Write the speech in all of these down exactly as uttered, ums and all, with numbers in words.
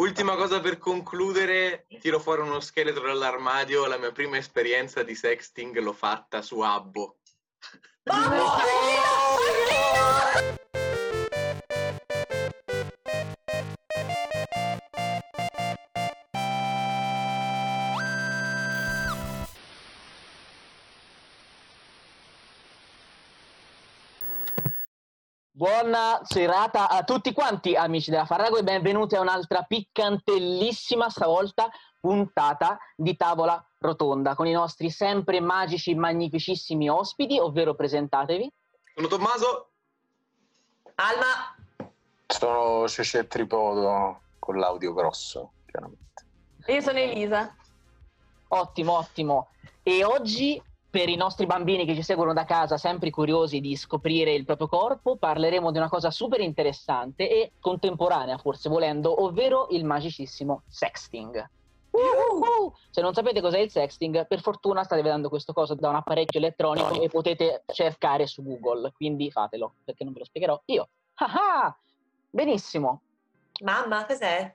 ultima cosa per concludere, tiro fuori uno scheletro dall'armadio, la mia prima esperienza di sexting l'ho fatta su Abbo. Vamos! Buona serata a tutti quanti, amici della Farrago, e benvenuti a un'altra piccantellissima, stavolta, puntata di Tavola Rotonda, con i nostri sempre magici, magnificissimi ospiti, ovvero presentatevi. Sono Tommaso. Alma. Sono Cece Tripodo, con l'audio grosso, chiaramente. E io sono Elisa. Ottimo, ottimo. E oggi, per i nostri bambini che ci seguono da casa, sempre curiosi di scoprire il proprio corpo, parleremo di una cosa super interessante e contemporanea, forse volendo, ovvero il magicissimo sexting. Uh-huh. Se non sapete cos'è il sexting, per fortuna state vedendo questo coso da un apparecchio elettronico e potete cercare su Google, quindi fatelo, perché non ve lo spiegherò io. Ah-ah! Benissimo. Mamma, cos'è?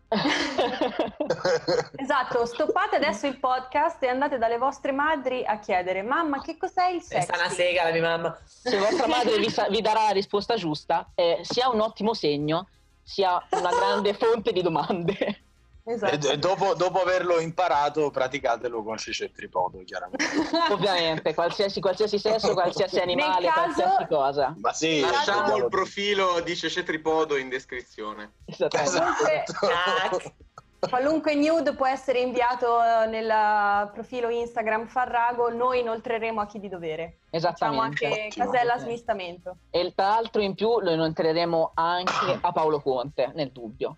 Esatto, stoppate adesso il podcast e andate dalle vostre madri a chiedere: mamma, che cos'è il Sta sexting? una sega la mia mamma. Se vostra madre vi, sa- vi darà la risposta giusta, è sia un ottimo segno, sia una grande fonte di domande. Esatto. E, e dopo, dopo averlo imparato, praticatelo con Cece Tripodo, chiaramente. Ovviamente, qualsiasi, qualsiasi sesso, qualsiasi animale, Nel caso- qualsiasi cosa. Ma sì, Lasciamo il eh, profilo di Cece Tripodo in descrizione. Esattamente. Comunque, Tac. qualunque nude può essere inviato nel profilo Instagram Farrago, noi inoltreremo a chi di dovere. Facciamo Esattamente. anche Ottimo. casella smistamento. E tra l'altro in più lo inoltreremo anche a Paolo Conte, nel dubbio.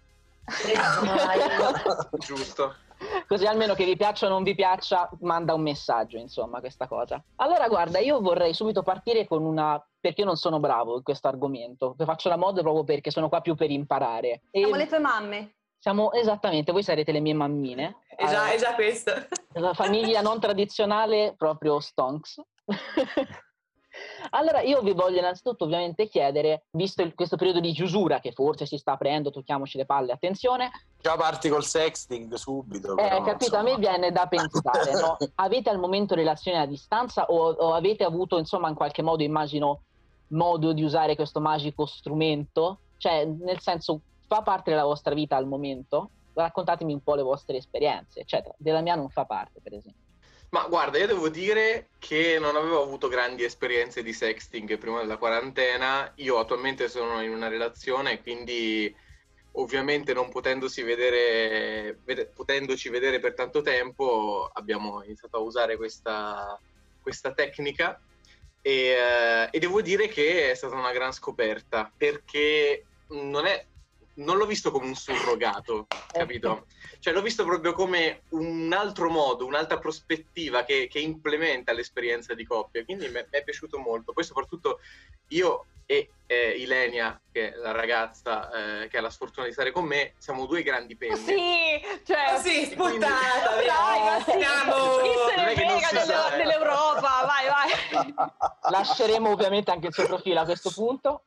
Giusto. Così almeno che vi piaccia o non vi piaccia, manda un messaggio, insomma, questa cosa. Allora, guarda, io vorrei subito partire con una... perché io non sono bravo in questo argomento. Faccio la mod proprio perché sono qua più per imparare. E Siamo le tue mamme. siamo esattamente, voi sarete le mie mammine. È già, è già questo. La famiglia non tradizionale, proprio stonks. Allora io vi voglio innanzitutto ovviamente chiedere, visto il- questo periodo di chiusura che forse si sta aprendo, tocchiamoci le palle, attenzione, già parti col sexting subito. eh, però, capito, a me insomma. viene da pensare, no? Avete al momento relazioni a distanza o, o avete avuto, insomma, in qualche modo, immagino, modo di usare questo magico strumento? Cioè, nel senso, fa parte della vostra vita al momento? Raccontatemi un po' le vostre esperienze, eccetera. Della mia non fa parte, per esempio. Ma guarda, io devo dire che non avevo avuto grandi esperienze di sexting prima della quarantena. Io attualmente sono in una relazione, quindi ovviamente non potendosi vedere, vede- potendoci vedere per tanto tempo, abbiamo iniziato a usare questa, questa tecnica e, eh, e devo dire che è stata una gran scoperta, perché non è, non l'ho visto come un surrogato, capito? Cioè l'ho visto proprio come un altro modo, un'altra prospettiva che, che implementa l'esperienza di coppia, quindi mi è piaciuto molto. Poi soprattutto io e eh, Ilenia, che è la ragazza eh, che ha la sfortuna di stare con me, siamo due grandi penne. Sì, cioè, Oh, sì, sputtata. dai, ma sì, Siamo- chi se Non ne è che non frega si delle- sa, eh. dell'Europa, vai, vai. Lasceremo ovviamente anche il suo profilo a questo punto.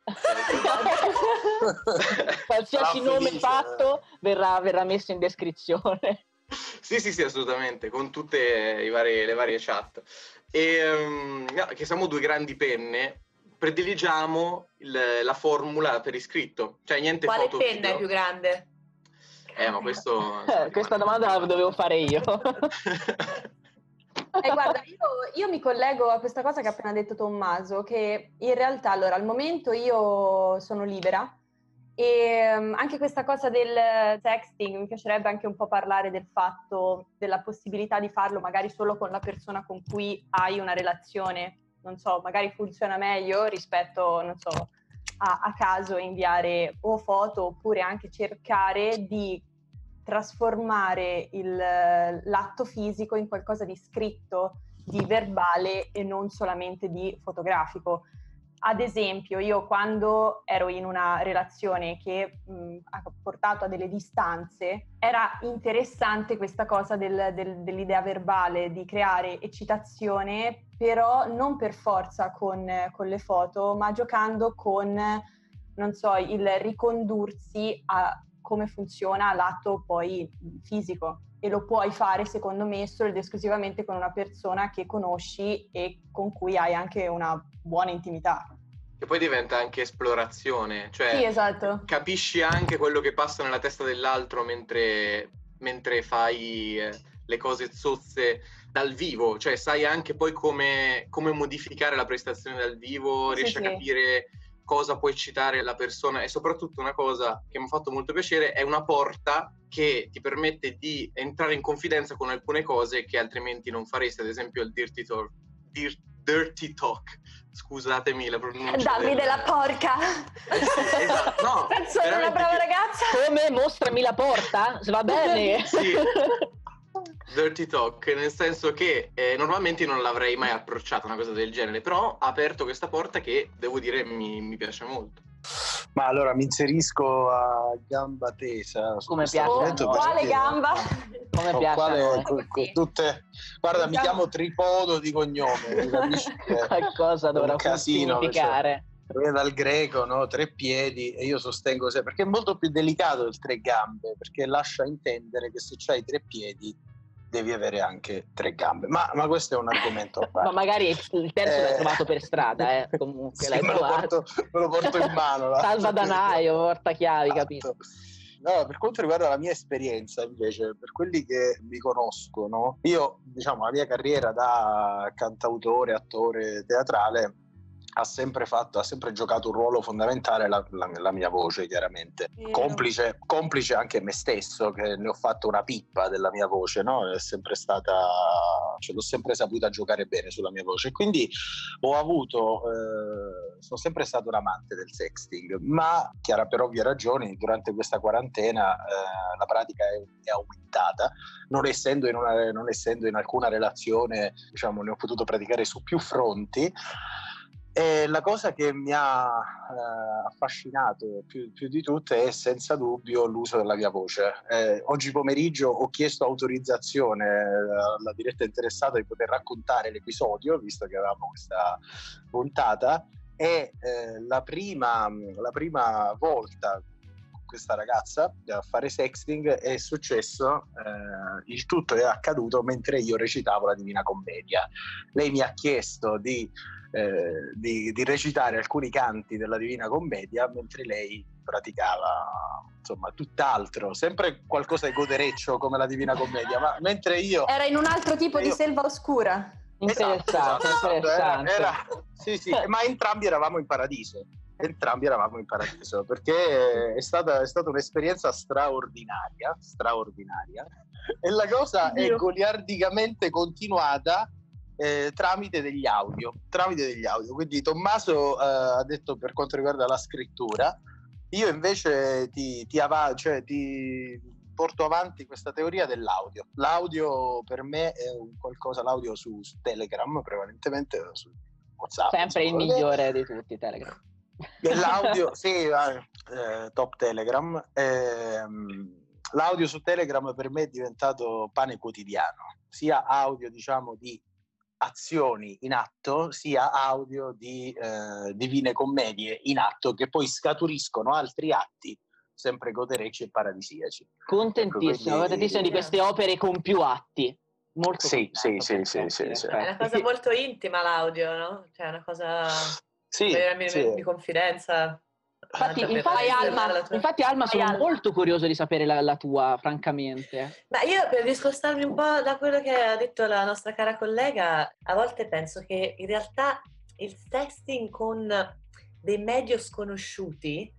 Qualsiasi Sarà nome felice. fatto verrà, verrà messo in descrizione. Sì, sì, sì, assolutamente, con tutte i varie- le varie chat. E, um, no, che siamo due grandi penne, prediligiamo il- la formula per iscritto, cioè niente Quale foto penna video. è più grande? Eh, ma questo... Eh, questa domanda la dovevo fare io. Eh, guarda, io, io mi collego a questa cosa che ha appena detto Tommaso, che in realtà, allora, al momento io sono libera e um, anche questa cosa del sexting, mi piacerebbe anche un po' parlare del fatto, della possibilità di farlo magari solo con la persona con cui hai una relazione, non so, magari funziona meglio rispetto, non so, a, a caso inviare o foto oppure anche cercare di trasformare il, l'atto fisico in qualcosa di scritto, di verbale e non solamente di fotografico. Ad esempio, io quando ero in una relazione che mh, ha portato a delle distanze, era interessante questa cosa del, del, dell'idea verbale, di creare eccitazione, però non per forza con, con le foto, ma giocando con, non so, il ricondursi a come funziona l'atto poi fisico, e lo puoi fare secondo me solo ed esclusivamente con una persona che conosci e con cui hai anche una buona intimità. E poi diventa anche esplorazione, cioè Sì, esatto. capisci anche quello che passa nella testa dell'altro mentre, mentre fai eh, le cose zozze dal vivo, cioè sai anche poi come, come modificare la prestazione dal vivo, Sì, riesci sì. a capire cosa può eccitare la persona, e soprattutto una cosa che mi ha fatto molto piacere è una porta che ti permette di entrare in confidenza con alcune cose che altrimenti non faresti, ad esempio il dirty talk. Dir- dirty talk. Scusatemi la pronuncia. Davide del... la porca! Esatto, no, Penso era una veramente brava che- ragazza! Come? Mostrami la porta? Va bene? Sì. Dirty talk, nel senso che eh, normalmente non l'avrei mai approcciata una cosa del genere, però ha aperto questa porta che devo dire mi, mi piace molto. Ma allora mi inserisco a gamba tesa su Come questo piace a argomento noi. Quale perché- gamba? Come con piace quale- a noi. con- con tutte... Guarda, mi Diciamo- chiamo Tripodo di cognome, mi capisci che Qualcosa dovrà un casino, significare. viene dal greco, no? Tre piedi, e io sostengo sempre, perché è molto più delicato il tre gambe, perché lascia intendere che se c'hai tre piedi devi avere anche tre gambe, ma, ma questo è un argomento a parte. Ma magari il terzo l'hai Eh, trovato per strada, eh, comunque sì, l'hai me lo, trovato. porto, me lo porto in mano. Salva Danaio, portachiavi, capito? No, per quanto riguarda la mia esperienza, invece, per quelli che mi conoscono, io, diciamo, la mia carriera da cantautore, attore teatrale ha sempre fatto, ha sempre giocato un ruolo fondamentale la, la, la mia voce, chiaramente. Vero. Complice, complice anche me stesso, che ne ho fatto una pippa della mia voce, no? È sempre stata, cioè, l'ho sempre saputa giocare bene sulla mia voce. Quindi ho avuto, eh, sono sempre stato un amante del sexting, ma chiara, per ovvie ragioni, durante questa quarantena eh, la pratica è, è aumentata, non essendo in una, non essendo in alcuna relazione, diciamo, ne ho potuto praticare su più fronti. E la cosa che mi ha eh, affascinato più, più di tutte è senza dubbio l'uso della mia voce. Eh, oggi pomeriggio ho chiesto autorizzazione alla diretta interessata di poter raccontare l'episodio, visto che avevamo questa puntata, e eh, la, prima, la prima volta con questa ragazza a fare sexting è successo, eh, il tutto è accaduto mentre io recitavo la Divina Commedia. Lei mi ha chiesto di Eh, di, di recitare alcuni canti della Divina Commedia mentre lei praticava, insomma, tutt'altro, sempre qualcosa di godereccio come la Divina Commedia, ma mentre io Era in un altro tipo di Io- selva oscura. Interessante, Esatto, esatto, interessante. era- era- sì, sì, ma entrambi eravamo in paradiso. Entrambi eravamo in paradiso perché è stata, è stata un'esperienza straordinaria, straordinaria, e la cosa è Dio. goliardicamente continuata eh, tramite degli audio, tramite degli audio. Quindi Tommaso eh, ha detto per quanto riguarda la scrittura, io invece ti, ti, ava- cioè, ti porto avanti questa teoria dell'audio. L'audio per me è un qualcosa, l'audio su, su Telegram, prevalentemente su WhatsApp. Sempre il insomma, migliore di tutti, Telegram. e l'audio, sì, eh, top Telegram. ehm, l'audio su Telegram per me è diventato pane quotidiano, sia audio, diciamo, di azioni in atto, sia audio di eh, divine commedie in atto, che poi scaturiscono altri atti sempre goderecci e paradisiaci. Contentissimo, Ecco, quindi- contentissimo di queste opere con più atti. Molto Sì, contento, sì, per sì, certi sì, sì, sì. È una effetti. cosa molto intima l'audio, no? Cioè è una cosa Sì, veramente sì. di confidenza. Infatti, Per infatti, Vai, raccontare Alma. la tua- infatti, Alma, Vai, sono Alma. molto curioso di sapere la, la tua, francamente. Ma io, per discostarmi un po' da quello che ha detto la nostra cara collega, a volte penso che in realtà il sexting con dei medio sconosciuti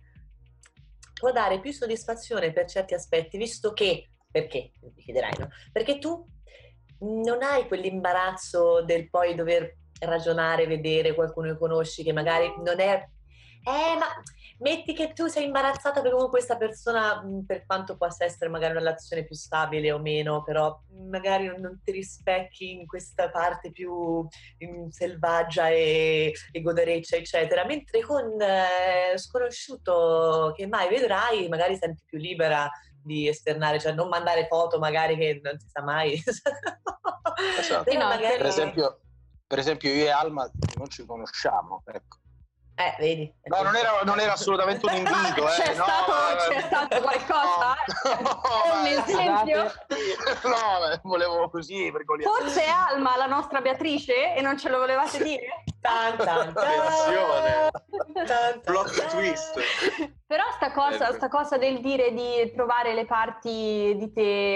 può dare più soddisfazione per certi aspetti, visto che, perché, mi chiederai, no? Perché tu non hai quell'imbarazzo del poi dover ragionare, vedere qualcuno che conosci che magari non è... Eh, ma metti che tu sei imbarazzata perché comunque questa persona, mh, per quanto possa essere magari una relazione più stabile o meno, però magari non, non ti rispecchi in questa parte più mh, selvaggia e, e godereccia, eccetera. Mentre con eh, sconosciuto che mai vedrai, magari senti più libera di esternare, cioè non mandare foto magari che non si sa mai. Esatto. Però no, magari... Per esempio, per esempio io e Alma non ci conosciamo, ecco. Eh, vedi. No, non era, non era assolutamente un invito, eh. C'è, no, stato, eh, c'è stato qualcosa? No, È un no, esempio? no, volevo così per goliare. Forse Alma, la nostra Beatrice, e non ce lo volevate dire? Tan, tan, tan. Attenzione. Tan, tan, Plot tan. twist. Però sta cosa, Eh, sta cosa del dire di trovare le parti di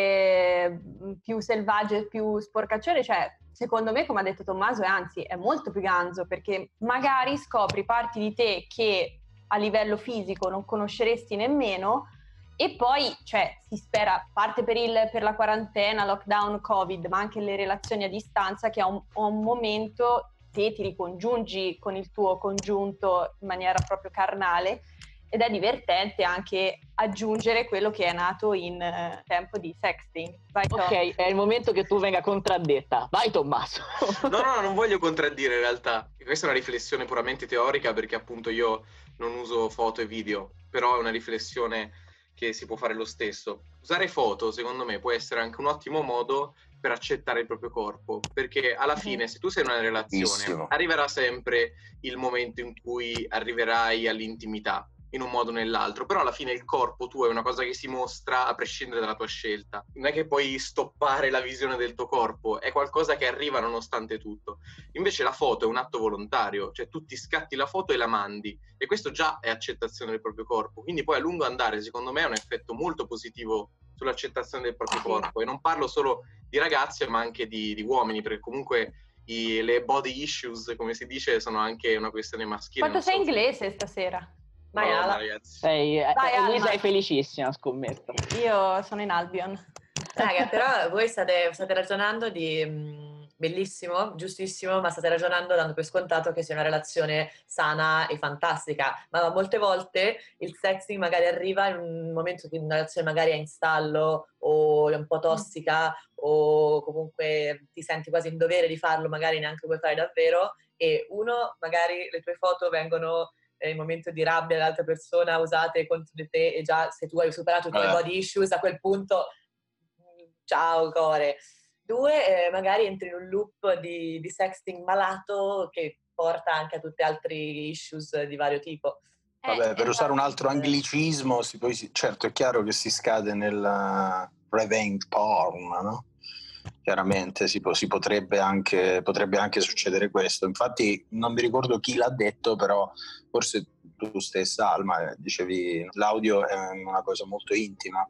te più selvagge, più sporcaccione, cioè secondo me, come ha detto Tommaso, è anzi è molto più ganzo, perché magari scopri parti di te che a livello fisico non conosceresti nemmeno, e poi, cioè, si spera, parte per, il, per la quarantena, lockdown, covid, ma anche le relazioni a distanza, che a un, a un momento te ti ricongiungi con il tuo congiunto in maniera proprio carnale, ed è divertente anche aggiungere quello che è nato in uh, tempo di sexting. Vai, Tom. Ok, è il momento che tu venga contraddetta. Vai Tommaso. No, no, non voglio contraddire in realtà. Questa è una riflessione puramente teorica, perché appunto io non uso foto e video, però è una riflessione che si può fare lo stesso. Usare foto, secondo me, può essere anche un ottimo modo per accettare il proprio corpo, perché alla fine, se tu sei in una relazione, Bellissimo. arriverà sempre il momento in cui arriverai all'intimità, in un modo o nell'altro, però alla fine il corpo tuo è una cosa che si mostra a prescindere dalla tua scelta. Non è che puoi stoppare la visione del tuo corpo, è qualcosa che arriva nonostante tutto. Invece la foto è un atto volontario, cioè tu ti scatti la foto e la mandi, e questo già è accettazione del proprio corpo, quindi poi a lungo andare secondo me è un effetto molto positivo sull'accettazione del proprio corpo. E non parlo solo di ragazze ma anche di, di uomini, perché comunque i, le body issues, come si dice, sono anche una questione maschile. Quanto sei inglese stasera? Vai, Madonna, Ala. ragazzi. Sei, eh, Vai, Alma. Luisa è felicissima, scommetto. Io sono in Albion. Raga, però voi state, state ragionando di mh, bellissimo, giustissimo, ma state ragionando dando per scontato che sia una relazione sana e fantastica, ma molte volte il sexting magari arriva in un momento che una relazione magari è in stallo o è un po' tossica o comunque ti senti quasi in dovere di farlo, magari neanche vuoi fare davvero, e uno, magari le tue foto vengono in momento di rabbia dell'altra persona usate contro di te, e già se tu hai superato i tuoi Eh. body issues a quel punto ciao core. Due, eh, magari entri in un loop di, di sexting malato che porta anche a tutti altri issues di vario tipo. Vabbè, per Eh, usare un esatto. altro anglicismo, si poi si- certo è chiaro che si scade nel revenge porn, no? Chiaramente si, po- si potrebbe anche potrebbe anche succedere questo. Infatti non mi ricordo chi l'ha detto, però forse tu stessa, Alma, eh, dicevi l'audio è una cosa molto intima.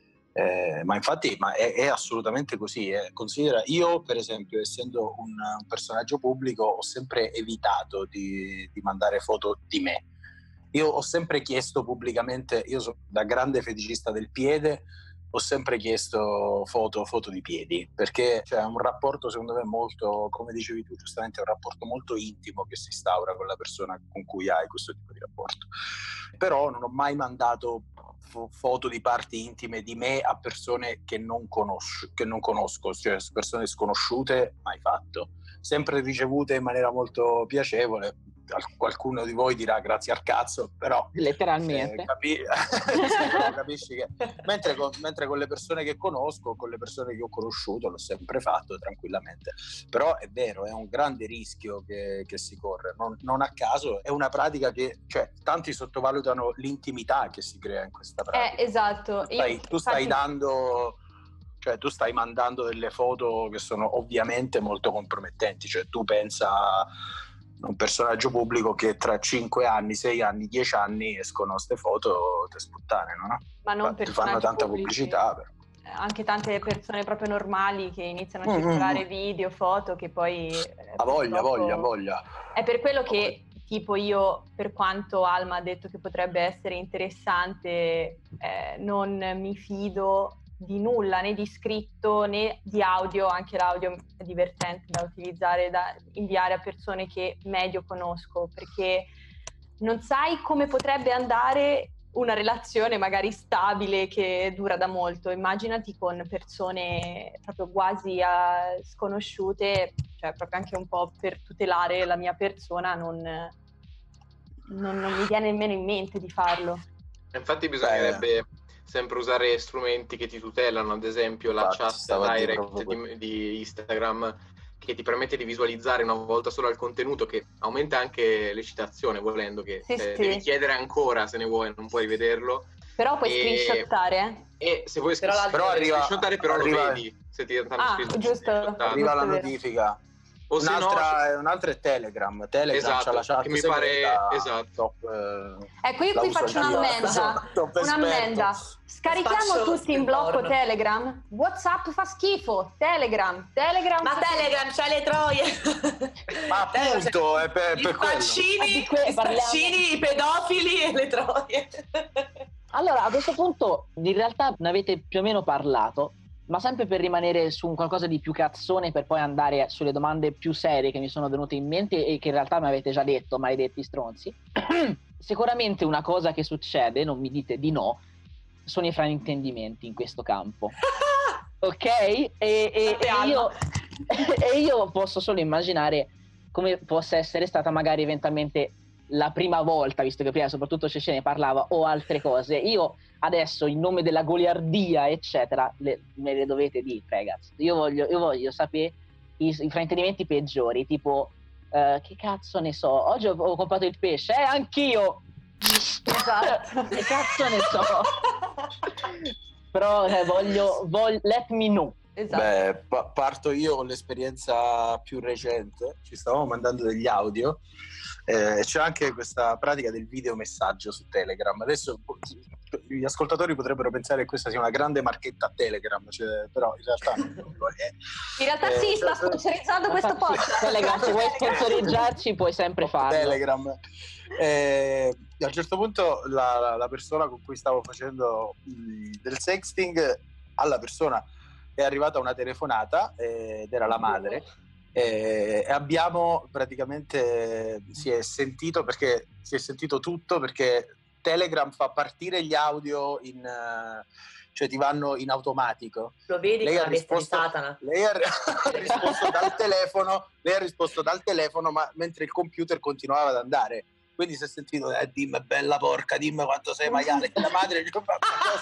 Eh, ma infatti ma è, è assolutamente così. Eh. Considera, io per esempio, essendo un, un personaggio pubblico, ho sempre evitato di, di mandare foto di me. Io ho sempre chiesto pubblicamente, io sono da grande feticista del piede, ho sempre chiesto foto, foto di piedi, perché c'è un rapporto, secondo me, molto, come dicevi tu giustamente, è un rapporto molto intimo che si instaura con la persona con cui hai questo tipo di rapporto. Però non ho mai mandato fo- foto di parti intime di me a persone che non conosco, che non conosco, cioè persone sconosciute, mai fatto. Sempre ricevute in maniera molto piacevole. Qualcuno di voi dirà grazie al cazzo, però Letteralmente. eh, capi- capisci che mentre con, mentre con le persone che conosco, con le persone che ho conosciuto, l'ho sempre fatto tranquillamente. Però è vero, è un grande rischio che, che si corre, non, non a caso è una pratica che, cioè, tanti sottovalutano l'intimità che si crea in questa pratica. Eh, esatto. Tu stai, Io, tu stai infatti, dando, cioè tu stai mandando delle foto che sono ovviamente molto compromettenti, cioè tu pensa a un personaggio pubblico che tra cinque anni, sei anni, dieci anni escono queste foto te sputtane, no? ma non Ti fanno personaggi tanta pubblici. pubblicità, però. Anche tante persone proprio normali che iniziano a Mm, circolare mm. video, foto che poi eh, Ha voglia, purtroppo- voglia, voglia. È per quello che tipo io, per quanto Alma ha detto che potrebbe essere interessante, eh, non mi fido di nulla, né di scritto né di audio. Anche l'audio è divertente da utilizzare, da inviare a persone che meglio conosco, perché non sai come potrebbe andare una relazione magari stabile che dura da molto. Immaginati con persone proprio quasi a sconosciute, cioè proprio anche un po' per tutelare la mia persona non, non, non mi viene nemmeno in mente di farlo. Infatti bisognerebbe sempre usare strumenti che ti tutelano, ad esempio la Infatti, chat stavo a dire direct proprio di, di Instagram, che che ti permette di visualizzare una volta solo il contenuto, che aumenta anche l'eccitazione volendo, che Sì, eh, sì. devi chiedere ancora se ne vuoi, non puoi rivederlo. Però puoi E- screenshottare. E se vuoi Però l'altro- però arriva- screenshottare però arriva- lo vedi se ti danno Ah, scritto giusto. screenshottato. Arriva la Molto vero. notifica. O se no, Un'altra, un'altra è Telegram. Telegram Esatto, c'ha la chat che mi pare- segreta, esatto. top, eh, Ecco, io la qui uso faccio anch'io. un'ammenda. Sono top Un'ammenda. esperto. Scarichiamo Spaccio tutti in blocco enorme. Telegram. WhatsApp fa schifo. Telegram. Telegram. Ma fa Telegram c'ha le troie. Ma Telegram c'ha appunto, è per, gli per quello. spaccini, Di que- gli parliamo- spaccini, i pedofili e le troie. Allora, a questo punto in realtà ne avete più o meno parlato, ma sempre per rimanere su un qualcosa di più cazzone, per poi andare sulle domande più serie che mi sono venute in mente e che in realtà mi avete già detto, maledetti stronzi. Sicuramente una cosa che succede, non mi dite di no, sono i fraintendimenti in questo campo. Ok? E, e- e io, e io posso solo immaginare come possa essere stata magari eventualmente la prima volta, visto che prima soprattutto Cece ne parlava, o altre cose. Io adesso, in nome della goliardia eccetera, le- me le dovete dire, ragazzi. Io voglio, io voglio sapere i, i fraintendimenti peggiori, tipo eh, che cazzo ne so, oggi ho, ho comprato il pesce, eh anch'io. Esatto. Che cazzo ne so. Però eh, voglio, voglio let me know. Esatto. Beh, pa- parto io con l'esperienza più recente. Ci stavamo mandando degli audio eh, e c'è anche questa pratica del videomessaggio su Telegram. Adesso gli ascoltatori potrebbero pensare che questa sia una grande marchetta a Telegram, cioè, però in realtà non lo è. In realtà Eh, sì, sta cioè- sponsorizzando questo Infatti, podcast. Telegram, se vuoi sponsorizzarci puoi sempre farlo. Telegram. Eh, a un certo punto la, la- la persona con cui stavo facendo mh, del sexting, alla persona è arrivata una telefonata eh, ed era la madre eh, e abbiamo praticamente si è sentito perché si è sentito tutto perché Telegram fa partire gli audio in eh, cioè ti vanno in automatico. Lo vedi Lei che è ha una bestia di risposto- Satana. Lei ha, ha risposto dal telefono, lei ha risposto dal telefono, ma mentre il computer continuava ad andare. Quindi si è sentito, eh, dimmi bella porca, dimmi quanto sei maiale. La madre dice, ma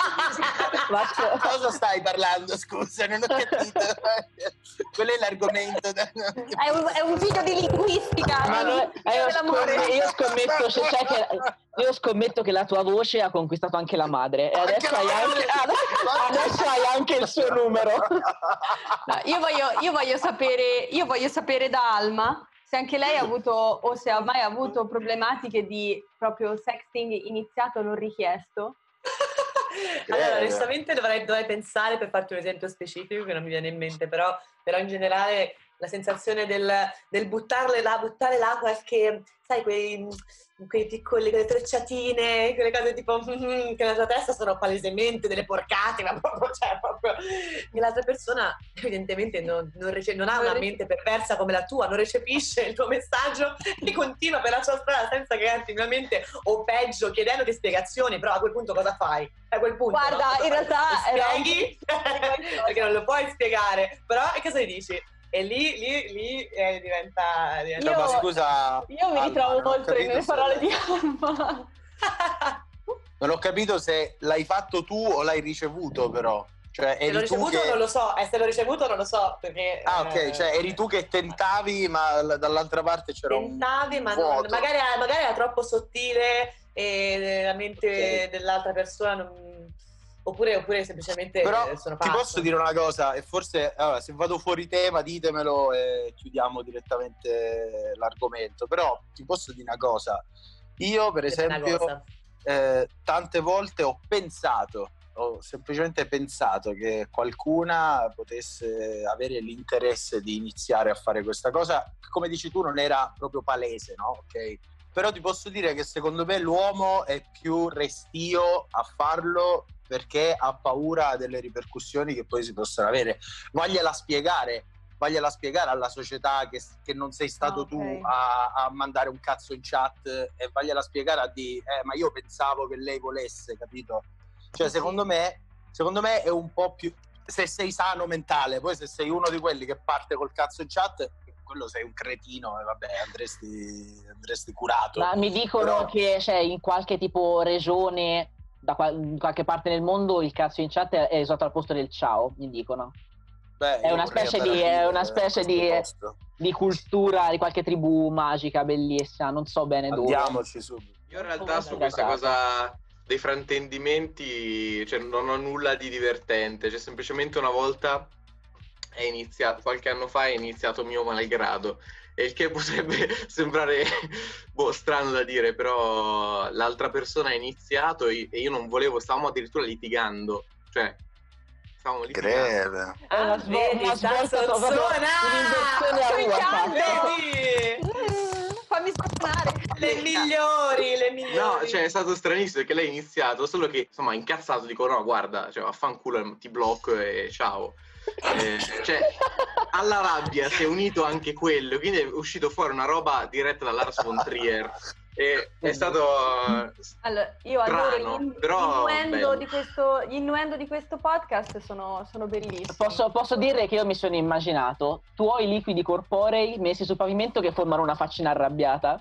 Ma- cosa, cosa stai parlando? Scusa, non ho capito. Quello è l'argomento. È un, è un video di linguistica. Ma è un no, video eh, io, dell'amore. scommetto, io scommetto se c'è che io scommetto che la tua voce ha conquistato anche la madre e adesso Anche hai la anche, madre! adesso hai anche il suo numero. No, io, voglio, io voglio sapere, io voglio sapere da Alma se anche lei ha avuto o se ha mai avuto problematiche di proprio sexting iniziato non richiesto. Allora, Eh. onestamente dovrei, dovrei pensare per farti un esempio specifico che non mi viene in mente, però, però in generale la sensazione del, del buttarle là, buttare là qualche, sai, quei, quei piccoli, quelle trecciatine, quelle cose tipo che nella tua testa sono palesemente delle porcate, ma proprio, cioè, proprio che l'altra persona evidentemente non, non, rece- non ha Non una rece- mente perversa come la tua, non recepisce il tuo messaggio e continua per la sua strada senza crearti una mente, o peggio, chiedendoti spiegazioni, però a quel punto cosa fai? A quel punto, Guarda, no? Cosa in fai? realtà era- spieghi perché non lo puoi spiegare, però e cosa gli dici? E lì, lì, lì eh, diventa, diventa Io- No, ma scusa, Io mi Alma, ritrovo non ho molto capito nelle se- parole di Alma. Non ho capito se l'hai fatto tu o l'hai ricevuto, però. Cioè, Se l'ho eri tu ricevuto che... non lo so, e se l'ho ricevuto non lo so, perché... Ah, ok, eh, cioè eri tu che tentavi, ma l- dall'altra parte c'era tentavi, un ma non, vuoto. magari, magari era troppo sottile e la mente Ok. dell'altra persona non... Oppure, oppure semplicemente Però eh, sono ti pazzo. posso dire una cosa, e forse allora, se vado fuori tema ditemelo e chiudiamo direttamente l'argomento, però ti posso dire una cosa, io per Dimmi una esempio cosa. eh, tante volte ho pensato, ho semplicemente pensato che qualcuna potesse avere l'interesse di iniziare a fare questa cosa, che, come dici tu, non era proprio palese, no? Ok? Però ti posso dire che secondo me l'uomo è più restio a farlo perché ha paura delle ripercussioni che poi si possono avere. Vagliela spiegare, vagliela spiegare alla società che, che non sei stato Ah, ok. tu a, a mandare un cazzo in chat, e vagliela spiegare a di eh, ma io pensavo che lei volesse, capito? Cioè, Sì. secondo me, secondo me è un po' più, se sei sano mentale, poi se sei uno di quelli che parte col cazzo in chat, quello sei un cretino e vabbè, andresti, andresti curato. Ma mi dicono Però- che cioè, in qualche tipo regione, da qual- in qualche parte nel mondo, il cazzo in chat è è usato al posto del ciao, mi dicono. Beh, È io una vorrei specie andare di, a è vivere una in specie questo di, posto. di cultura di qualche tribù magica bellissima, non so bene dove. Andiamoci subito. Io in realtà su questa cosa dei fraintendimenti, cioè, non ho nulla di divertente, cioè semplicemente una volta è iniziato, qualche anno fa è iniziato mio malgrado, e il che potrebbe sembrare boh, strano da dire, però l'altra persona ha iniziato e io non volevo, stavamo addirittura litigando, cioè stavamo litigando. Greve. È una, Ah, svo- vedi, una sta svolta proprio zozzona! un'inversione a Sui U ha caldi! fatto. Vedi? Fammi suonare. Le migliori, le migliori. No, cioè è stato stranissimo perché lei ha iniziato, solo che insomma incazzato dico no guarda, cioè vaffanculo, ti blocco e ciao. Eh, cioè alla rabbia si è unito anche quello, quindi è uscito fuori una roba diretta da Lars von Trier e è stato Allora, io strano, adoro gli, però gli, innuendo bello. di questo, gli innuendo di questo podcast, sono, sono bellissimi. Posso, posso dire che io mi sono immaginato tuoi liquidi corporei messi sul pavimento che formano una faccina arrabbiata.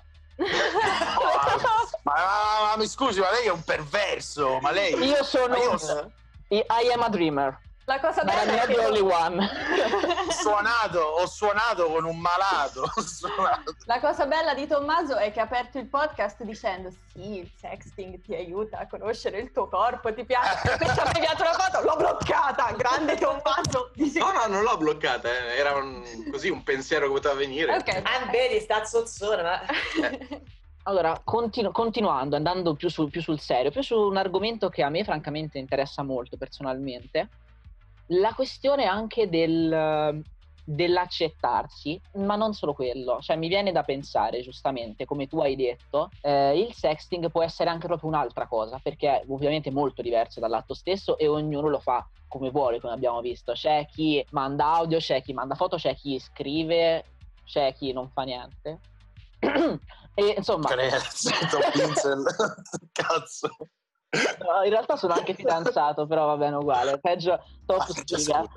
ma, ma, ma mi scusi, ma lei è un perverso, ma lei... Io sono ma io ho I am a dreamer. La cosa But I'm bella not è the che only one. suonato, ho suonato con un malato. ho suonato. la cosa bella di Tommaso è che ha aperto il podcast dicendo sì, il sexting ti aiuta a conoscere il tuo corpo, ti piace. Invece ha inviato una foto, l'ho bloccata, grande Tommaso. No, no, non l'ho bloccata, eh. Era un, così un pensiero che poteva venire. Ok. Ah, vedi, sta zozzona, ma... Allora, continu- continuando, andando più, su- più sul serio, più su un argomento che a me francamente interessa molto personalmente, la questione anche del, dell'accettarsi, ma non solo quello, cioè mi viene da pensare giustamente, come tu hai detto, eh, il sexting può essere anche proprio un'altra cosa, perché è ovviamente molto diverso dall'atto stesso e ognuno lo fa come vuole, come abbiamo visto. C'è chi manda audio, c'è chi manda foto, c'è chi scrive, c'è chi non fa niente. E insomma, cazzo. No, in realtà sono anche fidanzato, però va bene uguale, peggio top sfiga.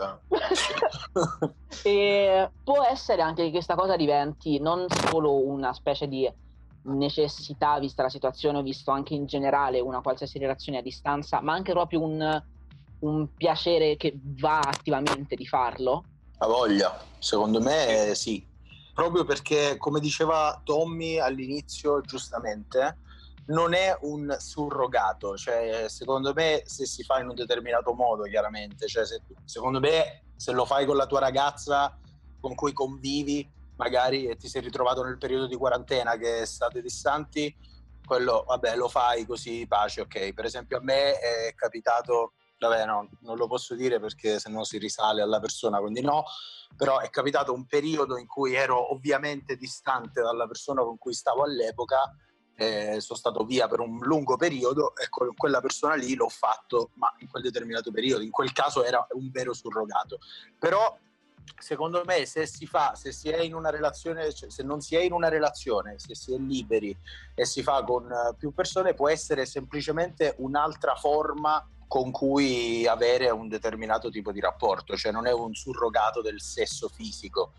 E può essere anche che questa cosa diventi non solo una specie di necessità vista la situazione, o visto anche in generale una qualsiasi relazione a distanza, ma anche proprio un, un piacere che va attivamente di farlo. La voglia, secondo me sì, proprio perché come diceva Tommy all'inizio giustamente, non è un surrogato, cioè secondo me se si fa in un determinato modo, chiaramente, cioè se, secondo me se lo fai con la tua ragazza con cui convivi magari e ti sei ritrovato nel periodo di quarantena che state distanti, quello vabbè lo fai così pace, ok. Per esempio a me è capitato, vabbè no, non lo posso dire perché sennò si risale alla persona, quindi no, però è capitato un periodo in cui ero ovviamente distante dalla persona con cui stavo all'epoca. Eh, sono stato via per un lungo periodo e con quella persona lì l'ho fatto, ma in quel determinato periodo, in quel caso era un vero surrogato. Però secondo me se si fa, se si è in una relazione, cioè, se non si è in una relazione, se si è liberi e si fa con uh, più persone, può essere semplicemente un'altra forma con cui avere un determinato tipo di rapporto, cioè non è un surrogato del sesso fisico.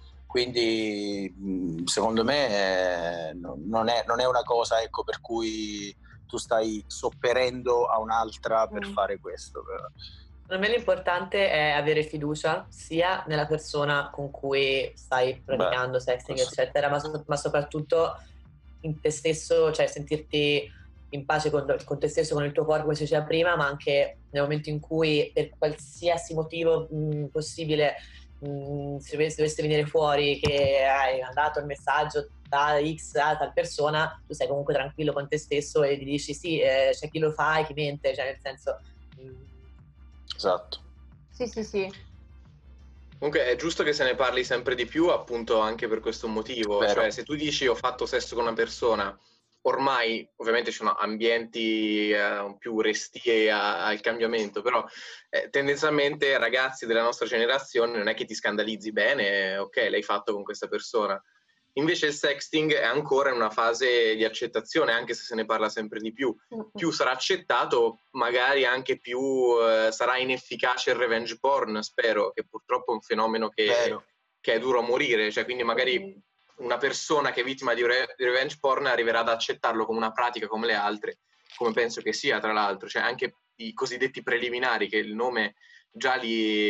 Quindi secondo me eh, non, è, non è una cosa, ecco, per cui tu stai sopperendo a un'altra per mm. fare questo. Per me l'importante è avere fiducia sia nella persona con cui stai praticando Beh, sexting posso... eccetera, ma, ma soprattutto in te stesso, cioè sentirti in pace con, con te stesso, con il tuo corpo, come si diceva prima, ma anche nel momento in cui per qualsiasi motivo mh, possibile Mm, se dovesse venire fuori che hai mandato il messaggio da X a tal persona, tu sei comunque tranquillo con te stesso e gli dici sì, eh, c'è chi lo fa e chi mente, cioè nel senso mm. Esatto. Sì sì sì. Comunque è giusto che se ne parli sempre di più, appunto anche per questo motivo. Vero. Cioè se tu dici ho fatto sesso con una persona, ormai ovviamente ci sono ambienti eh, più restii a, al cambiamento, però eh, tendenzialmente ragazzi della nostra generazione non è che ti scandalizzi bene, ok, l'hai fatto con questa persona. Invece il sexting è ancora in una fase di accettazione, anche se se ne parla sempre di più. Più sarà accettato, magari anche più eh, sarà inefficace il revenge porn, spero, che purtroppo è un fenomeno che, che è duro a morire, cioè quindi magari una persona che è vittima di re- revenge porn arriverà ad accettarlo come una pratica come le altre, come penso che sia tra l'altro, cioè anche i cosiddetti preliminari, che il nome già li,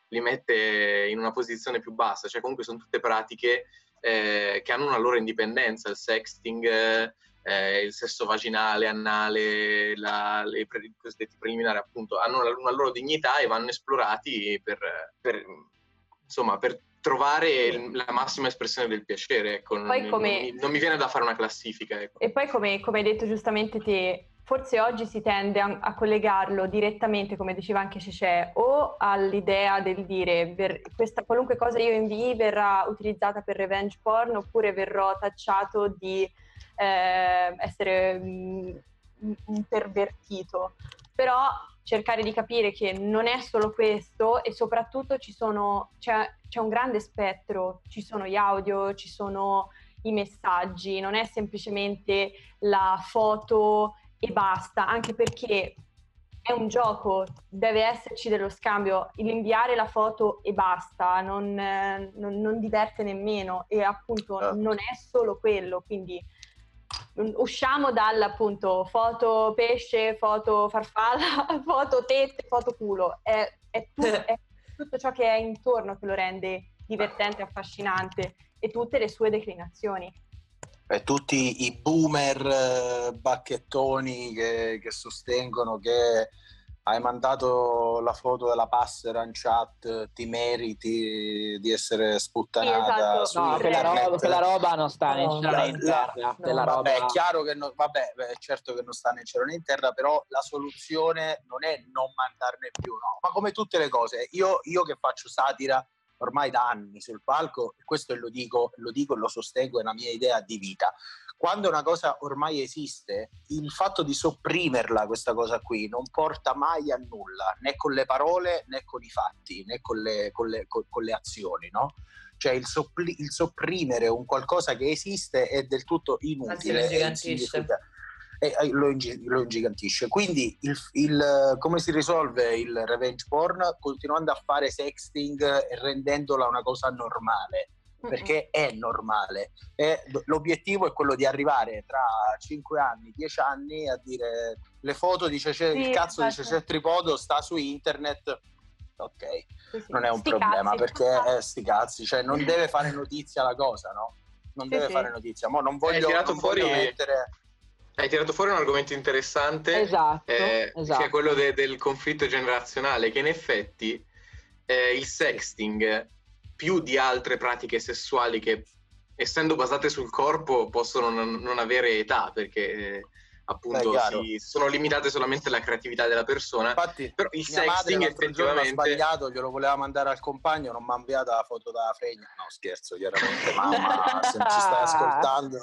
li mette in una posizione più bassa, cioè comunque sono tutte pratiche eh, che hanno una loro indipendenza, il sexting, eh, il sesso vaginale, anale, la, le pre- i cosiddetti preliminari appunto, hanno una, una loro dignità e vanno esplorati per, per insomma, per trovare Sì. la massima espressione del piacere, ecco, non, Poi come- non, mi, non mi viene da fare una classifica, ecco. E poi come, come hai detto giustamente te, forse oggi si tende a, a collegarlo direttamente, come diceva anche Cecè, o all'idea del dire ver, questa qualunque cosa io invii verrà utilizzata per revenge porn, oppure verrò tacciato di eh, essere mh, un pervertito. Però cercare di capire che non è solo questo, e soprattutto ci sono, c'è, c'è un grande spettro, ci sono gli audio, ci sono i messaggi, non è semplicemente la foto e basta, anche perché è un gioco, deve esserci dello scambio, l'inviare la foto e basta, non, eh, non, non diverte nemmeno, e appunto Certo. non è solo quello, quindi usciamo dal appunto foto pesce, foto farfalla, foto tette, foto culo, è, è, tu, è tutto ciò che è intorno che lo rende divertente, affascinante, e tutte le sue declinazioni. E tutti i boomer eh, bacchettoni che, che sostengono che hai mandato la foto della passera in chat, ti meriti di essere sputtanata Sì, su esatto. No, quella internet. roba, quella roba non sta né in No, cielo né in la- terra. no, Quella Vabbè, roba... è chiaro che no, vabbè, beh, certo che non sta né in cielo né in terra, però la soluzione non è non mandarne più, no. Ma come tutte le cose, io, io che faccio satira ormai da anni sul palco, questo lo dico, lo dico e lo sostengo, è una mia idea di vita. Quando una cosa ormai esiste, il fatto di sopprimerla, questa cosa qui, non porta mai a nulla, né con le parole né con i fatti, né con le, con le, con, con le azioni, no? Cioè il, soppli, il sopprimere un qualcosa che esiste è del tutto inutile, Anzi, lo ingigantisce. e, e lo, ingi, lo ingigantisce. Quindi il, il, come si risolve il revenge porn? Continuando a fare sexting e rendendola una cosa normale, perché è normale. E l'obiettivo è quello di arrivare tra cinque anni, dieci anni a dire le foto di Cecè, Sì, il cazzo esatto. di Cecè Tripodo sta su internet. Ok, Sì, sì. non è un Sti problema, cazzi. perché eh, sti cazzi, cioè non deve fare notizia la cosa, no? Non Sì, deve sì. fare notizia. Mo non Hai voglio, tirato non fuori- voglio mettere... Hai tirato fuori un argomento interessante, Esatto, eh, esatto. che è quello de- del conflitto generazionale, che in effetti eh, il sexting, più di altre pratiche sessuali che, essendo basate sul corpo, possono non, non avere età, perché eh, appunto Beh, chiaro. si sono limitate solamente alla creatività della persona. Infatti, Però il mia madre sexting l'altro giorno ha effettivamente... sbagliato, glielo voleva mandare al compagno, non mi ha inviato la foto della fregna. No, scherzo, chiaramente, mamma, se ci stai ascoltando.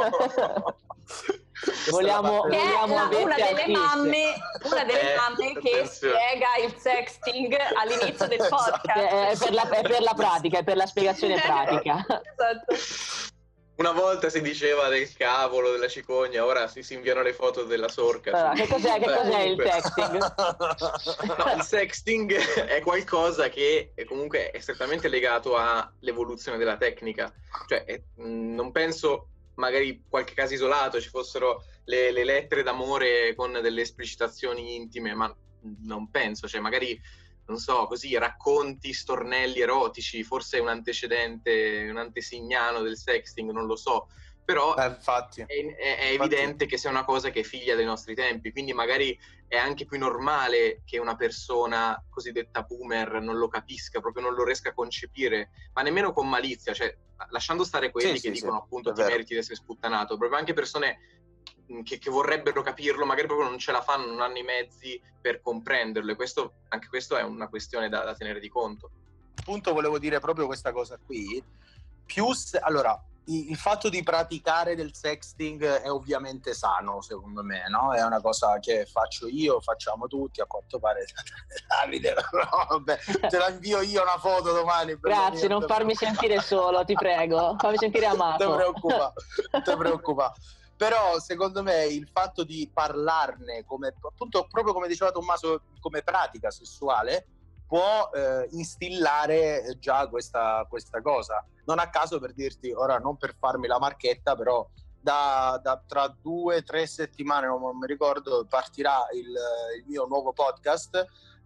Questa Vogliamo- è la Che parte- è Vogliamo la- averti una al delle quiz. mamme, una delle Eh, mamme che attenzione. spiega il sexting all'inizio del Esatto. podcast. È, è per la, è per la pratica, è per la spiegazione pratica. Esatto. Una volta si diceva del cavolo, della cicogna, ora si, si inviano le foto della sorca. Allora, che cos'è, che Beh, cos'è il comunque- sexting? No, il sexting è qualcosa che è comunque è strettamente legato all'evoluzione della tecnica. Cioè, è- mh, non penso, magari qualche caso isolato, ci fossero le, le lettere d'amore con delle esplicitazioni intime, ma non penso. Cioè, magari, non so, così, racconti, stornelli erotici, forse è un antecedente, un antesignano del sexting, non lo so. Però Eh, infatti. è, è- è Infatti- evidente che sia una cosa che è figlia dei nostri tempi, quindi magari è anche più normale che una persona cosiddetta boomer non lo capisca, proprio non lo riesca a concepire, ma nemmeno con malizia, cioè lasciando stare quelli Sì, che sì, dicono sì, appunto è ti vero. meriti di essere sputtanato, proprio anche persone mh, che, che vorrebbero capirlo, magari proprio non ce la fanno, non hanno i mezzi per comprenderlo, e questo, anche questo è una questione da, da tenere di conto. Appunto volevo dire proprio questa cosa qui. Più se- allora, i- il fatto di praticare del sexting è ovviamente sano, secondo me, no? È una cosa che faccio io, facciamo tutti, a quanto pare. Davide, no, vabbè, te la invio io una foto domani. Grazie, non farmi sentire solo, ti prego. Fammi sentire amato. Non ti preoccupa, non ti preoccupa. Però secondo me il fatto di parlarne come, appunto, proprio come diceva Tommaso, come pratica sessuale può eh, instillare già questa, questa cosa. Non a caso, per dirti, ora non per farmi la marchetta, però da, da tra due o tre settimane, non mi ricordo, partirà il, il mio nuovo podcast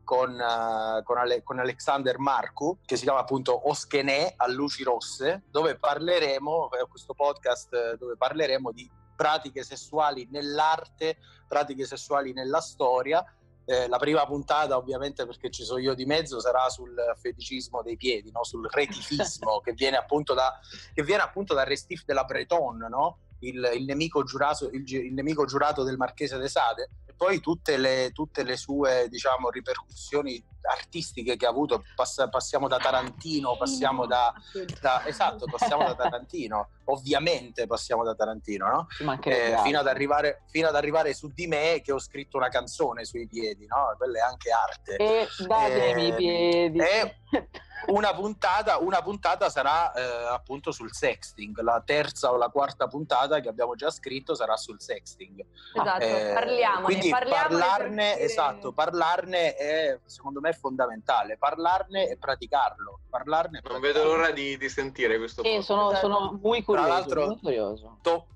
con, uh, con, Ale- con Alexander Marcu, che si chiama appunto Oschenè a luci rosse, dove parleremo, eh, questo podcast eh, dove parleremo di pratiche sessuali nell'arte, pratiche sessuali nella storia. Eh, la prima puntata, ovviamente, perché ci sono io di mezzo, sarà sul feticismo dei piedi, no? Sul retifismo, che viene appunto da che viene appunto dal Restif della Bretonne, no? Il, il, nemico giurato, il, il nemico giurato del Marchese de Sade, e poi tutte le, tutte le sue, diciamo, ripercussioni artistiche che ha avuto. Pass- passiamo da Tarantino, passiamo da, da esatto, passiamo da Tarantino, ovviamente passiamo da Tarantino, no? Eh, fino ad arrivare fino ad arrivare su di me, che ho scritto una canzone sui piedi, no? Quella è anche arte. E datemi i piedi. E una puntata, una puntata sarà eh, appunto sul sexting. La terza o la quarta puntata che abbiamo già scritto sarà sul sexting. Esatto, Eh, parliamone. Quindi parliamone parlarne, per esatto, parlarne è, secondo me, fondamentale. Parlarne e praticarlo. Parlarne e Non praticarlo. vedo l'ora di, di sentire questo Sì, podcast. sono, sono muy curioso. Tra l'altro, muy curioso. To-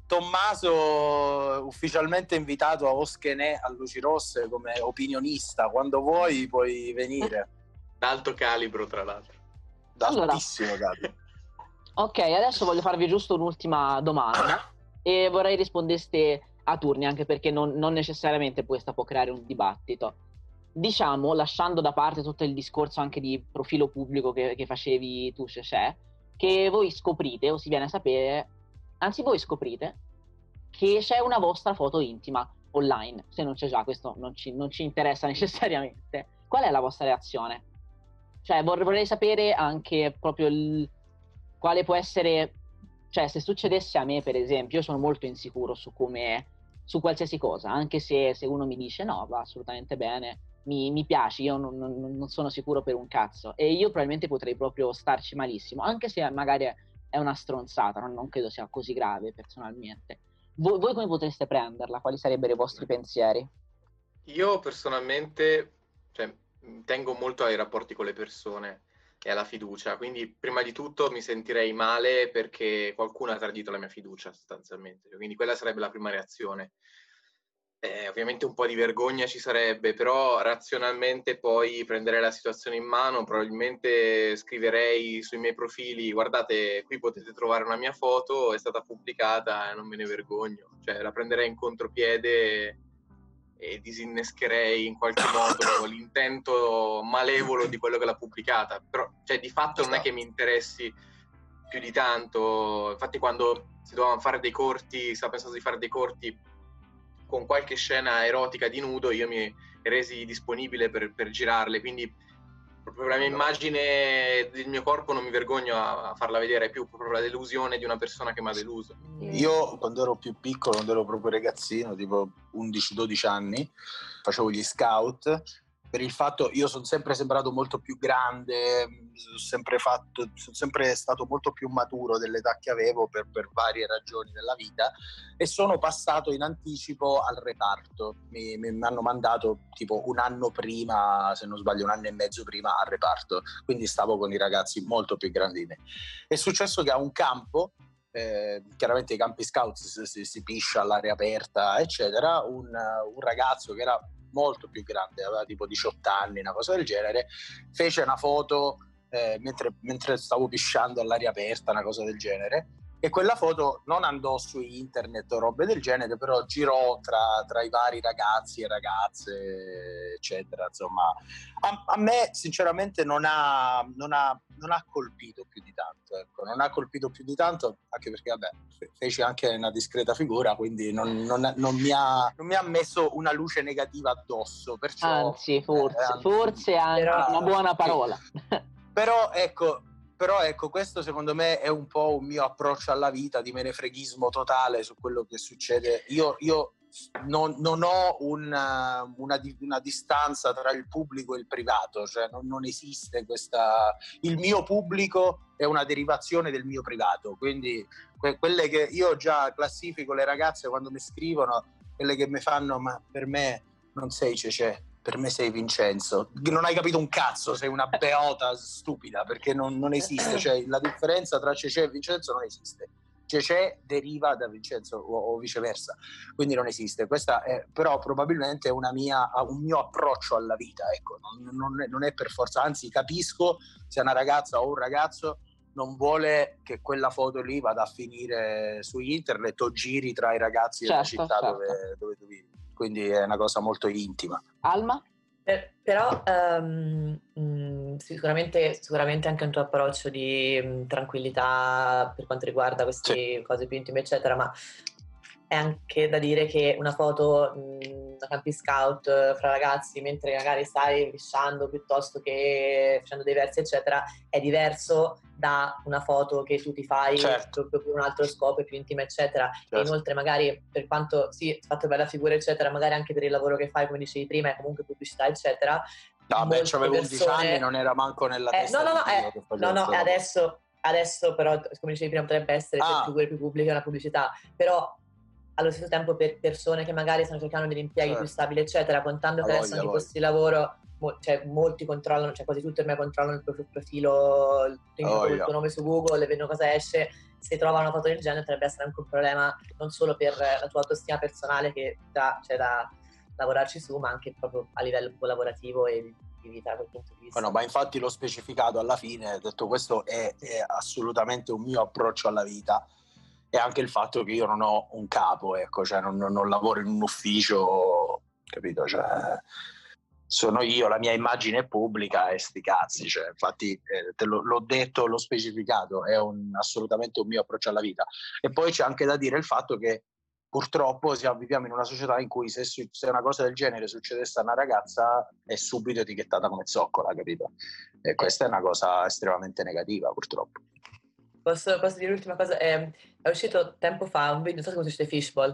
Tommaso, ufficialmente invitato a Oschenè a luci rosse come opinionista. Quando vuoi puoi venire. D'alto calibro, tra l'altro. D'altissimo calibro. Ok, adesso voglio farvi giusto un'ultima domanda e vorrei rispondeste a turni, anche perché non, non necessariamente questa può creare un dibattito. Diciamo, lasciando da parte tutto il discorso anche di profilo pubblico che, che facevi tu, Cecè, che voi scoprite, o si viene a sapere, anzi voi scoprite che c'è una vostra foto intima online. Se non c'è già, questo non ci, non ci interessa necessariamente. Qual è la vostra reazione? Cioè vorrei, vorrei sapere anche proprio il, quale può essere, cioè se succedesse a me per esempio, io sono molto insicuro su come, su qualsiasi cosa, anche se, se uno mi dice no, va assolutamente bene, mi, mi piace, io non, non, non sono sicuro per un cazzo, e io probabilmente potrei proprio starci malissimo, anche se magari è una stronzata, non, non credo sia così grave personalmente. Voi, voi come potreste prenderla? Quali sarebbero i vostri pensieri? Io personalmente, cioè, tengo molto ai rapporti con le persone e alla fiducia, quindi prima di tutto mi sentirei male perché qualcuno ha tradito la mia fiducia sostanzialmente, quindi quella sarebbe la prima reazione. Eh, ovviamente un po' di vergogna ci sarebbe, però razionalmente poi prenderei la situazione in mano, probabilmente scriverei sui miei profili: guardate, qui potete trovare una mia foto, è stata pubblicata e non me ne vergogno, cioè la prenderei in contropiede e disinnescherei in qualche modo l'intento malevolo di quello che l'ha pubblicata. Però, cioè, di fatto non è che mi interessi più di tanto. Infatti quando si dovevano fare dei corti, stavo pensando di fare dei corti con qualche scena erotica di nudo, io mi resi disponibile per, per girarle, quindi proprio la mia immagine del mio corpo non mi vergogno a, a farla vedere, è più proprio la delusione di una persona che mi ha deluso. Io quando ero più piccolo, quando ero proprio ragazzino, tipo undici dodici anni, facevo gli scout. Per il fatto, io sono sempre sembrato molto più grande, sono sempre, fatto, sono sempre stato molto più maturo dell'età che avevo per, per varie ragioni della vita, e sono passato in anticipo al reparto. Mi, mi, mi hanno mandato tipo un anno prima, se non sbaglio un anno e mezzo prima, al reparto, quindi stavo con i ragazzi molto più grandi di me. È successo che a un campo, Eh, chiaramente i campi scout si, si, si piscia all'aria aperta eccetera, un, un ragazzo che era molto più grande, aveva tipo diciotto anni, una cosa del genere, fece una foto eh, mentre, mentre stavo pisciando all'aria aperta, una cosa del genere, e quella foto non andò su internet o robe del genere, però girò tra, tra i vari ragazzi e ragazze eccetera. Insomma, a, a me sinceramente non ha, non, ha, non ha colpito più di tanto, ecco. Non ha colpito più di tanto anche perché vabbè, feci anche una discreta figura, quindi non, non, non, mi ha, non mi ha messo una luce negativa addosso, perciò, anzi forse, eh, anzi, forse anche però, una buona parola. però ecco Però ecco, questo secondo me è un po' un mio approccio alla vita, di menefreghismo totale su quello che succede. Io, io non, non ho una, una, una distanza tra il pubblico e il privato, cioè non, non esiste questa... Il mio pubblico è una derivazione del mio privato, quindi que- quelle che io già classifico, le ragazze quando mi scrivono, quelle che mi fanno: ma per me non sei Cecè, per me sei Vincenzo. Non hai capito un cazzo, sei una beota stupida, perché non, non esiste, cioè la differenza tra Cecè e Vincenzo non esiste. c'è deriva da Vincenzo o, o viceversa, quindi non esiste. Questa è però probabilmente una mia, un mio approccio alla vita, ecco, non, non, è, non è per forza, anzi capisco se una ragazza o un ragazzo non vuole che quella foto lì vada a finire su internet o giri tra i ragazzi certo, della città certo. dove, dove tu vivi, quindi è una cosa molto intima. Alma? Per, però um, mh, sicuramente, sicuramente anche un tuo approccio di mh, tranquillità per quanto riguarda queste sì. cose più intime eccetera, ma è anche da dire che una foto mh, da campi scout fra ragazzi mentre magari stai lisciando piuttosto che facendo dei versi eccetera è diverso da una foto che tu ti fai certo. proprio per un altro scopo più intimo eccetera, certo. E inoltre magari per quanto sì, hai fatto bella figura eccetera, magari anche per il lavoro che fai come dicevi prima è comunque pubblicità eccetera. No beh, c'avevo undici anni, non era manco nella eh, testa no no no, eh, no, no adesso, adesso però come dicevi prima potrebbe essere ah. per figure più pubbliche una pubblicità, però allo stesso tempo per persone che magari stanno cercando degli impieghi certo. più stabili eccetera, contando che adesso anche i posti di lavoro mo, cioè molti controllano, cioè quasi tutti ormai controllano il proprio profilo, tengono il tuo nome su Google e vedono cosa esce, se trovano una foto del genere potrebbe essere anche un problema non solo per la tua autostima personale che già c'è da lavorarci su, ma anche proprio a livello lavorativo e di vita da quel punto di vista. Bueno, ma infatti l'ho specificato alla fine, ho detto questo è, è assolutamente un mio approccio alla vita. E anche il fatto che io non ho un capo, ecco, cioè non, non lavoro in un ufficio, capito? Cioè, sono io, la mia immagine è pubblica e sti cazzi, cioè, infatti eh, te lo, l'ho detto, l'ho specificato, è un, assolutamente un mio approccio alla vita. E poi c'è anche da dire il fatto che purtroppo siamo, viviamo in una società in cui se, se una cosa del genere succedesse a una ragazza è subito etichettata come zoccola, capito? E questa è una cosa estremamente negativa, purtroppo. Posso, posso dire l'ultima cosa? È, è uscito tempo fa un video, non so se conoscete Fishball,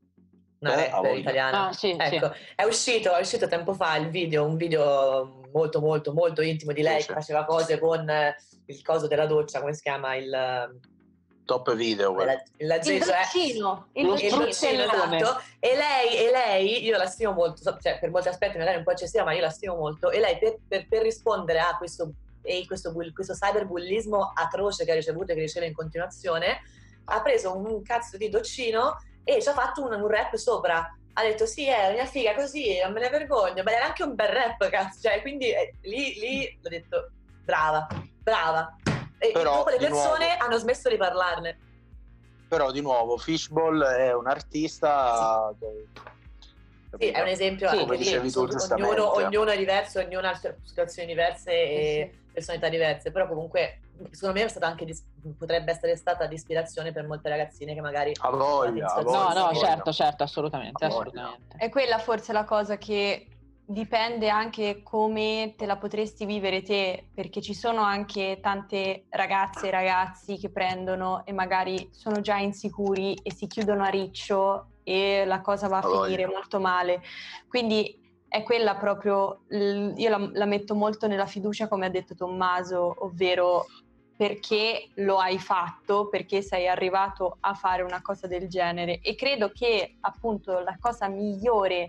una eh, rapper italiana. Ah, sì, ecco, sì. È uscito, è uscito tempo fa il video, un video molto molto molto intimo di lei sì, che sì. faceva cose con il coso della doccia, come si chiama? Il top video. La, la il braccino, il braccino, esatto. E lei, e lei, io la stimo molto, cioè per molti aspetti magari un po' eccessiva, ma io la stimo molto. E lei per, per, per rispondere a questo e questo, questo cyberbullismo atroce che ha ricevuto e che riceve in continuazione, ha preso un cazzo di doccino e ci ha fatto un, un rap sopra. Ha detto sì, è la mia figa così, non me ne vergogno, ma era anche un bel rap, cazzo, cioè quindi eh, lì, lì l'ho detto brava, brava. E però, dopo le di persone nuovo, hanno smesso di parlarne. Però di nuovo Fishball è un artista sì. che... Sì, è un esempio, sì, anche come dicevi tu, ognuno, ognuno è diverso, ognuno ha situazioni diverse e sì. personalità diverse, però comunque secondo me è stata anche potrebbe essere stata di ispirazione per molte ragazzine che magari a voglia, a voglia, no no voglia. certo certo assolutamente, assolutamente è quella forse la cosa che dipende anche come te la potresti vivere te, perché ci sono anche tante ragazze e ragazzi che prendono e magari sono già insicuri e si chiudono a riccio e la cosa va a oh, finire yeah. molto male, quindi è quella proprio, io la, la metto molto nella fiducia come ha detto Tommaso, ovvero perché lo hai fatto, perché sei arrivato a fare una cosa del genere, e credo che appunto la cosa migliore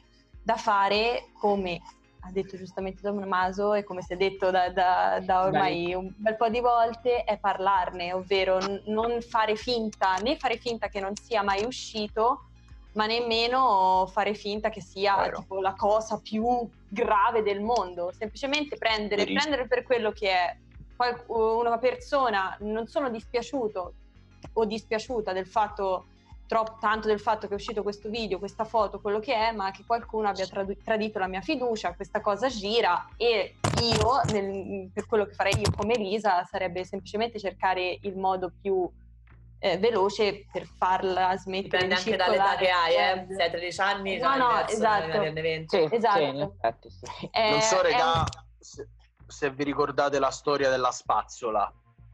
da fare, come ha detto giustamente Tommaso e come si è detto da, da, da ormai Beh. un bel po' di volte, è parlarne, ovvero n- non fare finta, né fare finta che non sia mai uscito, ma nemmeno fare finta che sia tipo la cosa più grave del mondo, semplicemente prendere, prendere per quello che è. Una persona, non sono dispiaciuto o dispiaciuta del fatto troppo tanto del fatto che è uscito questo video, questa foto, quello che è, ma che qualcuno abbia tradu- tradito la mia fiducia, questa cosa gira, e io nel, per quello che farei io come Elisa sarebbe semplicemente cercare il modo più eh, veloce per farla smettere dipende di anche dall'età che hai, eh? Se hai tredici anni no no esatto sì, esatto sì, in effetti, sì. Eh, non so regà un... se, se vi ricordate la storia della spazzola.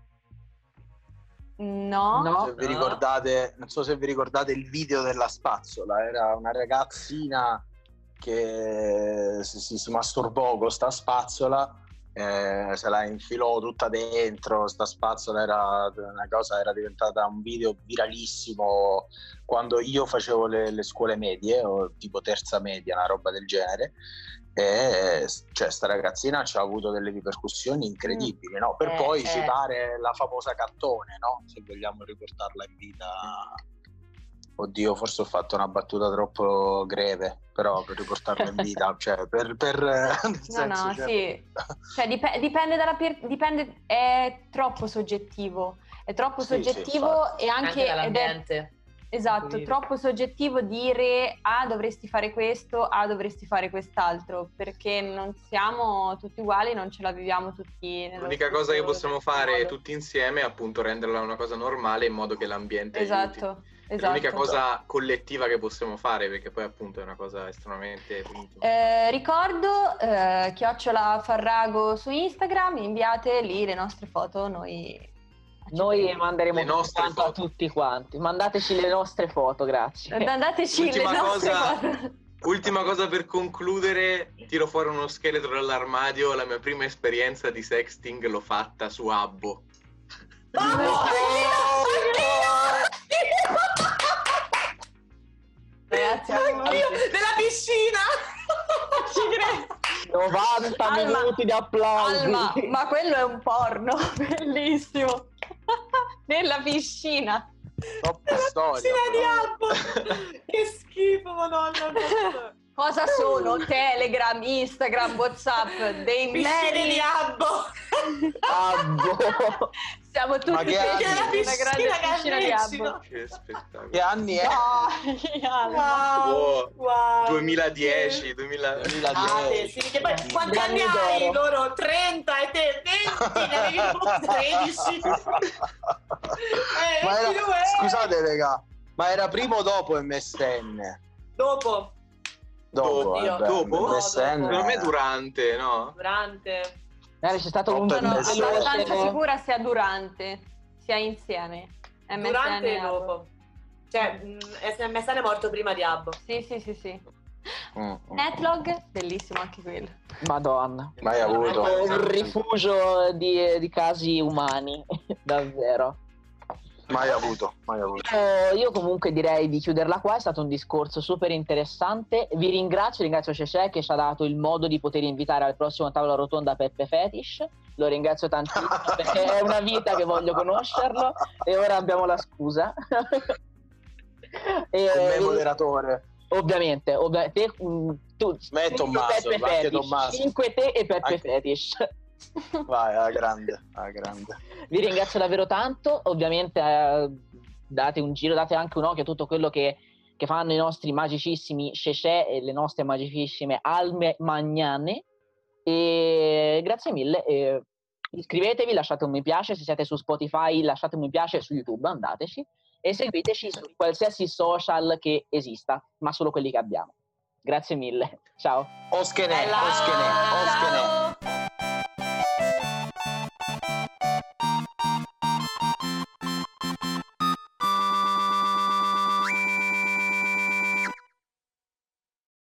No, no, se vi ricordate, non so se vi ricordate il video della spazzola, era una ragazzina che si, si, si masturbò con sta spazzola, eh, se la infilò tutta dentro, sta spazzola era una cosa, era diventata un video viralissimo quando io facevo le, le scuole medie, o tipo terza media, una roba del genere, E cioè sta ragazzina ci ha avuto delle ripercussioni incredibili, no? Per Eh, poi eh. citare la famosa Cantone, no? Se vogliamo riportarla in vita. Oddio, forse ho fatto una battuta troppo greve, però per riportarla in vita, cioè per, per nel No, senso, no, cioè- sì. Cioè, dip- dipende dalla per- dipende, è troppo soggettivo. È troppo Sì, sì, soggettivo infatti. e anche, Anche ed è dall'ambiente. esatto, Quindi- troppo soggettivo dire ah dovresti fare questo, ah dovresti fare quest'altro, perché non siamo tutti uguali, non ce la viviamo tutti nello L'unica cosa che stesso possiamo fare modo. tutti insieme è appunto renderla una cosa normale in modo che l'ambiente aiuti. Esatto, È esatto. l'unica cosa collettiva che possiamo fare, perché poi appunto è una cosa estremamente intima. Eh, ricordo eh, chiocciola Farrago su Instagram, inviate lì le nostre foto, noi Noi accetteremo. manderemo Le nostre tanto a foto. tutti quanti. Mandateci le nostre foto, grazie. Mandateci Ultima le nostre cosa- foto. Ultima cosa per concludere, tiro fuori uno scheletro dall'armadio, la mia prima esperienza di sexting l'ho fatta su Abbo. Ragazzi, Anch'io, nella piscina! ci credo. novanta Alma, minuti di applausi. Alma, ma quello è un porno, bellissimo. Nella piscina. Troppa storia. Piscina di però. Abbo! Che schifo, madonna! Cosa sono? Telegram, Instagram, WhatsApp, dei Piscine meri- di Abbo! Abbo. Siamo tutti Ma che felici anni? di una grande Piscina piscina di Gallissimo. Abbo. Che spettacolo. Che anni è? Dai, Alma. Wow! Wow. wow. duemiladieci, duemila... Ah, duemiladieci. sì, che poi quanti Anni anni hai? d'oro. Loro trenta e te venti, ne avevi tu tredici. Eh, Ma era- ventidue. Scusate, raga, ma era prima o dopo M S N? Dopo, Dopo, Oddio. vabbè, Dopo? M S N. No, Secondo me durante, no? durante. Eh, c'è stato un Troppo Sono M S N. abbastanza veloce. sicura sia durante, sia insieme. M S N Durante e Abbo. dopo. Cioè, mh, M S N è morto prima di Abbo. Sì, sì, sì, sì. Mm, mm. Netlog, bellissimo anche quello. Madonna. Mai avuto. È un rifugio di, di casi umani, davvero. Mai avuto, mai avuto. Eh, io comunque direi di chiuderla qua, è stato un discorso super interessante. Vi ringrazio, ringrazio Cecè che ci ha dato il modo di poter invitare al prossimo tavola rotonda Peppe Fetish. Lo ringrazio tantissimo perché è una vita che voglio conoscerlo e ora abbiamo la scusa. E, Con me moderatore. Ovviamente, ovvi- te, mm, tu, Me e Tommaso, Peppe va anche Fetish, Tommaso. cinque te e Peppe Anche- Fetish. Vai, alla grande, alla grande. Vi ringrazio davvero tanto, ovviamente eh, date un giro, date anche un occhio a tutto quello che, che fanno i nostri magicissimi Cecè e le nostre magicissime Alme Magnane e grazie mille, e iscrivetevi, lasciate un mi piace, se siete su Spotify lasciate un mi piace, su YouTube andateci e seguiteci su qualsiasi social che esista, ma solo quelli che abbiamo. Grazie mille, ciao. Oschenè, Ciao. Oschenè, Oschenè. Ciao.